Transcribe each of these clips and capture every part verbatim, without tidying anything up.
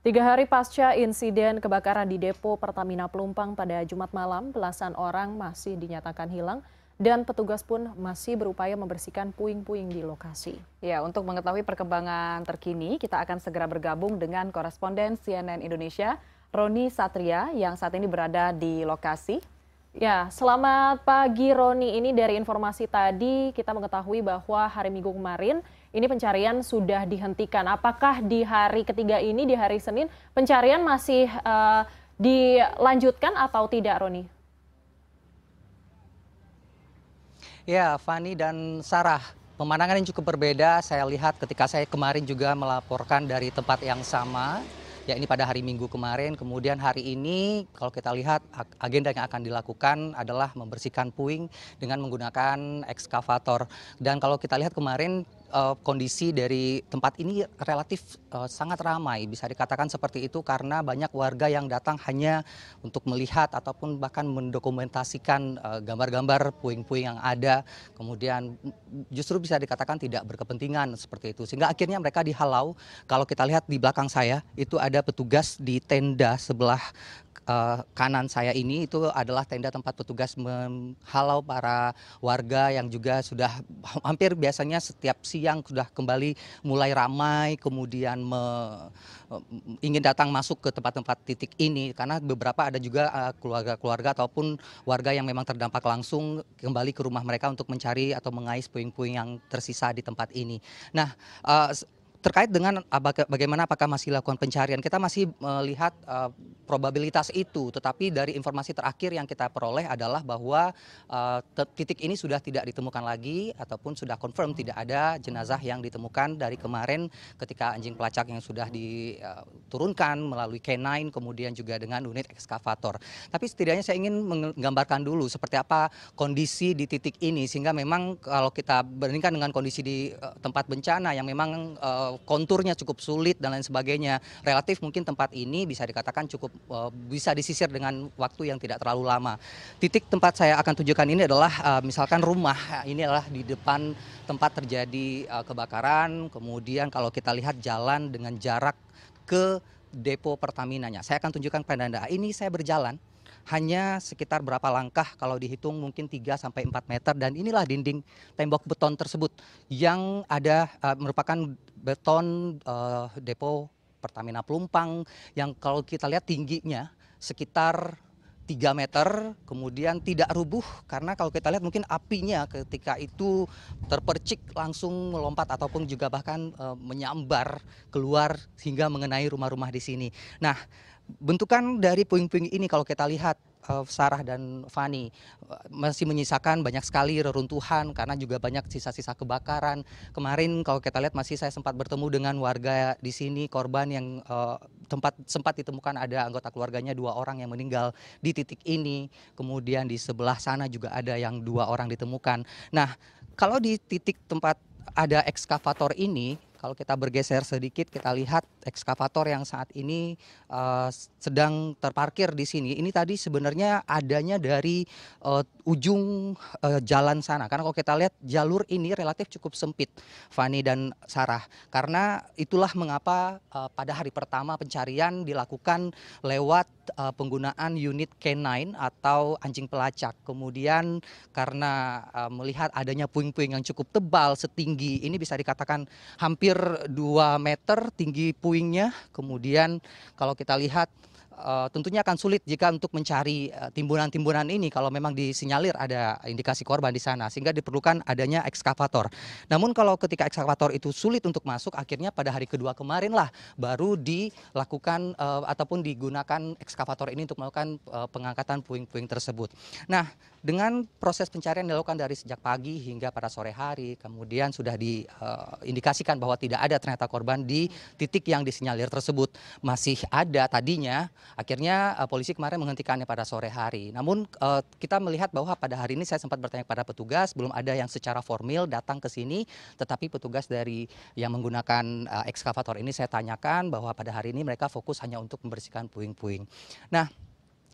Tiga hari pasca insiden kebakaran di depo Pertamina Pelumpang pada Jumat malam, belasan orang masih dinyatakan hilang dan petugas pun masih berupaya membersihkan puing-puing di lokasi. Ya, untuk mengetahui perkembangan terkini, kita akan segera bergabung dengan koresponden C N N Indonesia, Roni Satria, yang saat ini berada di lokasi. Ya, selamat pagi Roni. Ini dari informasi tadi kita mengetahui bahwa hari Minggu kemarin ini pencarian sudah dihentikan. Apakah di hari ketiga ini, di hari Senin, pencarian masih eh, dilanjutkan atau tidak, Roni? Ya, Fani dan Sarah, pemandangan yang cukup berbeda saya lihat ketika saya kemarin juga melaporkan dari tempat yang sama, ya ini pada hari Minggu kemarin. Kemudian hari ini kalau kita lihat agenda yang akan dilakukan adalah membersihkan puing dengan menggunakan ekskavator. Dan kalau kita lihat kemarin eh, kondisi dari tempat ini relatif eh, sangat ramai, bisa dikatakan seperti itu karena banyak warga yang datang hanya untuk melihat ataupun bahkan mendokumentasikan eh, gambar-gambar puing-puing yang ada. Kemudian justru bisa dikatakan tidak berkepentingan seperti itu. Sehingga akhirnya mereka dihalau. Kalau kita lihat di belakang saya itu ada petugas di tenda sebelah eh, kanan saya ini, itu adalah tenda tempat petugas menghalau para warga yang juga sudah hampir biasanya setiap siang sudah kembali mulai ramai, kemudian me- ingin datang masuk ke tempat-tempat titik ini karena beberapa ada juga eh, keluarga-keluarga ataupun warga yang memang terdampak langsung kembali ke rumah mereka untuk mencari atau mengais puing-puing yang tersisa di tempat ini. Nah, eh, terkait dengan abaga- bagaimana apakah masih lakukan pencarian, kita masih melihat eh, probabilitas itu, tetapi dari informasi terakhir yang kita peroleh adalah bahwa eh, te- titik ini sudah tidak ditemukan lagi ataupun sudah confirm tidak ada jenazah yang ditemukan dari kemarin ketika anjing pelacak yang sudah diturunkan melalui K sembilan kemudian juga dengan unit ekskavator. Tapi setidaknya saya ingin menggambarkan dulu seperti apa kondisi di titik ini sehingga memang kalau kita bandingkan dengan kondisi di eh, tempat bencana yang memang eh, konturnya cukup sulit dan lain sebagainya, relatif mungkin tempat ini bisa dikatakan cukup eh, bisa disisir dengan waktu yang tidak terlalu lama. Titik tempat saya akan tunjukkan ini adalah eh, misalkan rumah, ini adalah di depan tempat terjadi eh, kebakaran, kemudian kalau kita lihat jalan dengan jarak ke depo Pertaminanya. Saya akan tunjukkan pada Anda. Ini saya berjalan hanya sekitar berapa langkah kalau dihitung mungkin tiga sampai empat meter, dan inilah dinding tembok beton tersebut yang ada uh, merupakan beton uh, depo Pertamina Pelumpang yang kalau kita lihat tingginya sekitar tiga meter, kemudian tidak rubuh karena kalau kita lihat mungkin apinya ketika itu terpercik langsung melompat ataupun juga bahkan e, menyambar keluar hingga mengenai rumah-rumah di sini. Nah, bentukan dari puing-puing ini kalau kita lihat eh, Sarah dan Fani eh, masih menyisakan banyak sekali reruntuhan karena juga banyak sisa-sisa kebakaran. Kemarin kalau kita lihat masih saya sempat bertemu dengan warga di sini korban yang eh, tempat sempat ditemukan ada anggota keluarganya dua orang yang meninggal di titik ini. Kemudian di sebelah sana juga ada yang dua orang ditemukan. Nah, kalau di titik tempat ada ekskavator ini, kalau kita bergeser sedikit, kita lihat ekskavator yang saat ini uh, sedang terparkir di sini. Ini tadi sebenarnya adanya dari uh, ujung uh, jalan sana. Karena kalau kita lihat jalur ini relatif cukup sempit, Fani dan Sarah. Karena itulah mengapa uh, pada hari pertama pencarian dilakukan lewat uh, penggunaan unit K sembilan atau anjing pelacak. Kemudian karena uh, melihat adanya puing-puing yang cukup tebal setinggi ini bisa dikatakan hampir dua meter tinggi puingnya. Kemudian kalau kita lihat uh, tentunya akan sulit jika untuk mencari uh, timbunan-timbunan ini kalau memang disinyalir ada indikasi korban di sana sehingga diperlukan adanya ekskavator. Namun kalau ketika ekskavator itu sulit untuk masuk, akhirnya pada hari kedua kemarin lah baru dilakukan uh, ataupun digunakan ekskavator ini untuk melakukan uh, pengangkatan puing-puing tersebut. Nah, dengan proses pencarian dilakukan dari sejak pagi hingga pada sore hari, kemudian sudah diindikasikan bahwa tidak ada ternyata korban di titik yang disinyalir tersebut. Masih ada tadinya, akhirnya uh, polisi kemarin menghentikannya pada sore hari. Namun uh, kita melihat bahwa pada hari ini saya sempat bertanya kepada petugas, belum ada yang secara formil datang ke sini, tetapi petugas dari yang menggunakan uh, ekskavator ini saya tanyakan bahwa pada hari ini mereka fokus hanya untuk membersihkan puing-puing. Nah,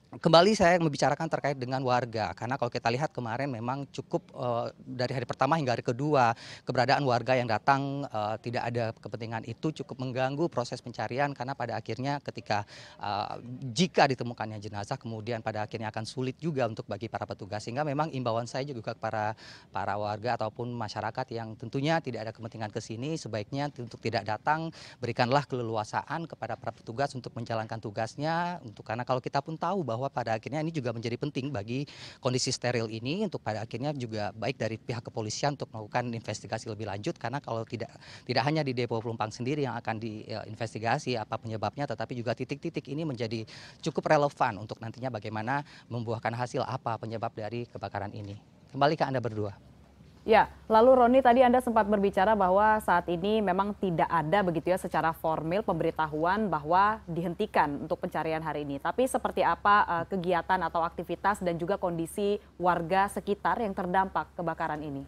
Kembali saya membicarakan terkait dengan warga, karena kalau kita lihat kemarin memang cukup uh, dari hari pertama hingga hari kedua, keberadaan warga yang datang uh, tidak ada kepentingan itu cukup mengganggu proses pencarian, karena pada akhirnya ketika uh, jika ditemukannya jenazah kemudian pada akhirnya akan sulit juga untuk bagi para petugas, sehingga memang imbauan saya juga para para warga ataupun masyarakat yang tentunya tidak ada kepentingan ke sini sebaiknya untuk tidak datang, berikanlah keleluasaan kepada para petugas untuk menjalankan tugasnya, untuk karena kalau kita pun tahu bahwa bahwa pada akhirnya ini juga menjadi penting bagi kondisi steril ini untuk pada akhirnya juga baik dari pihak kepolisian untuk melakukan investigasi lebih lanjut, karena kalau tidak tidak hanya di Depo Pelumpang sendiri yang akan diinvestigasi apa penyebabnya, tetapi juga titik-titik ini menjadi cukup relevan untuk nantinya bagaimana membuahkan hasil apa penyebab dari kebakaran ini. Kembali ke Anda berdua. Ya, lalu Roni tadi Anda sempat berbicara bahwa saat ini memang tidak ada begitu ya secara formil pemberitahuan bahwa dihentikan untuk pencarian hari ini. Tapi seperti apa uh, kegiatan atau aktivitas dan juga kondisi warga sekitar yang terdampak kebakaran ini?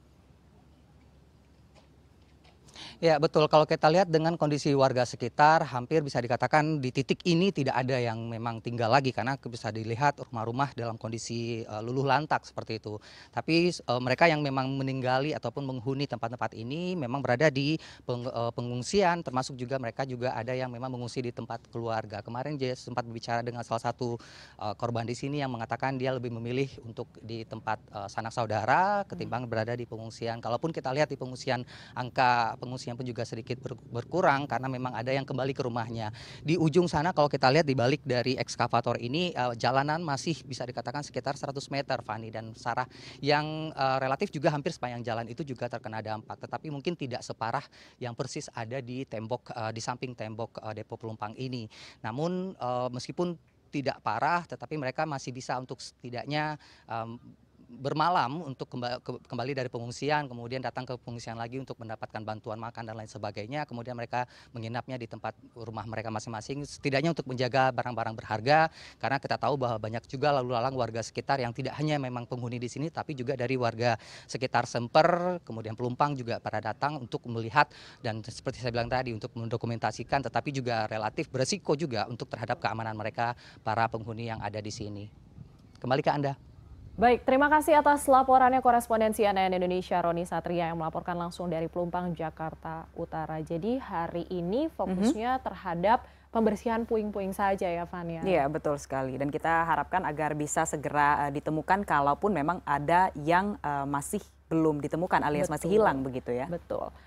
Ya betul, kalau kita lihat dengan kondisi warga sekitar hampir bisa dikatakan di titik ini tidak ada yang memang tinggal lagi, karena bisa dilihat rumah-rumah dalam kondisi uh, luluh lantak seperti itu. Tapi uh, mereka yang memang meninggali ataupun menghuni tempat-tempat ini memang berada di peng, uh, pengungsian, termasuk juga mereka juga ada yang memang mengungsi di tempat keluarga. Kemarin dia sempat berbicara dengan salah satu uh, korban di sini yang mengatakan dia lebih memilih untuk di tempat uh, sanak saudara ketimbang berada di pengungsian. Kalaupun kita lihat di pengungsian, angka pengungsian pun juga sedikit berkurang karena memang ada yang kembali ke rumahnya. Di ujung sana kalau kita lihat di balik dari ekskavator ini uh, jalanan masih bisa dikatakan sekitar seratus meter, Fani dan Sarah, yang uh, relatif juga hampir sepanjang jalan itu juga terkena dampak, tetapi mungkin tidak separah yang persis ada di tembok uh, di samping tembok uh, Depo Pelumpang ini. Namun uh, meskipun tidak parah, tetapi mereka masih bisa untuk setidaknya um, bermalam untuk kembali dari pengungsian, kemudian datang ke pengungsian lagi untuk mendapatkan bantuan makan dan lain sebagainya, kemudian mereka menginapnya di tempat rumah mereka masing-masing, setidaknya untuk menjaga barang-barang berharga, karena kita tahu bahwa banyak juga lalu lalang warga sekitar yang tidak hanya memang penghuni di sini, tapi juga dari warga sekitar Semper, kemudian Pelumpang juga pada datang untuk melihat dan seperti saya bilang tadi untuk mendokumentasikan, tetapi juga relatif beresiko juga untuk terhadap keamanan mereka para penghuni yang ada di sini. Kembali ke Anda. Baik, terima kasih atas laporannya korespondensi C N N Indonesia Roni Satria yang melaporkan langsung dari Pelumpang, Jakarta Utara. Jadi hari ini fokusnya mm-hmm. terhadap pembersihan puing-puing saja ya, Fania. Iya, betul sekali. Dan kita harapkan agar bisa segera uh, ditemukan kalaupun memang ada yang uh, masih belum ditemukan alias betul. Masih hilang begitu ya. Betul.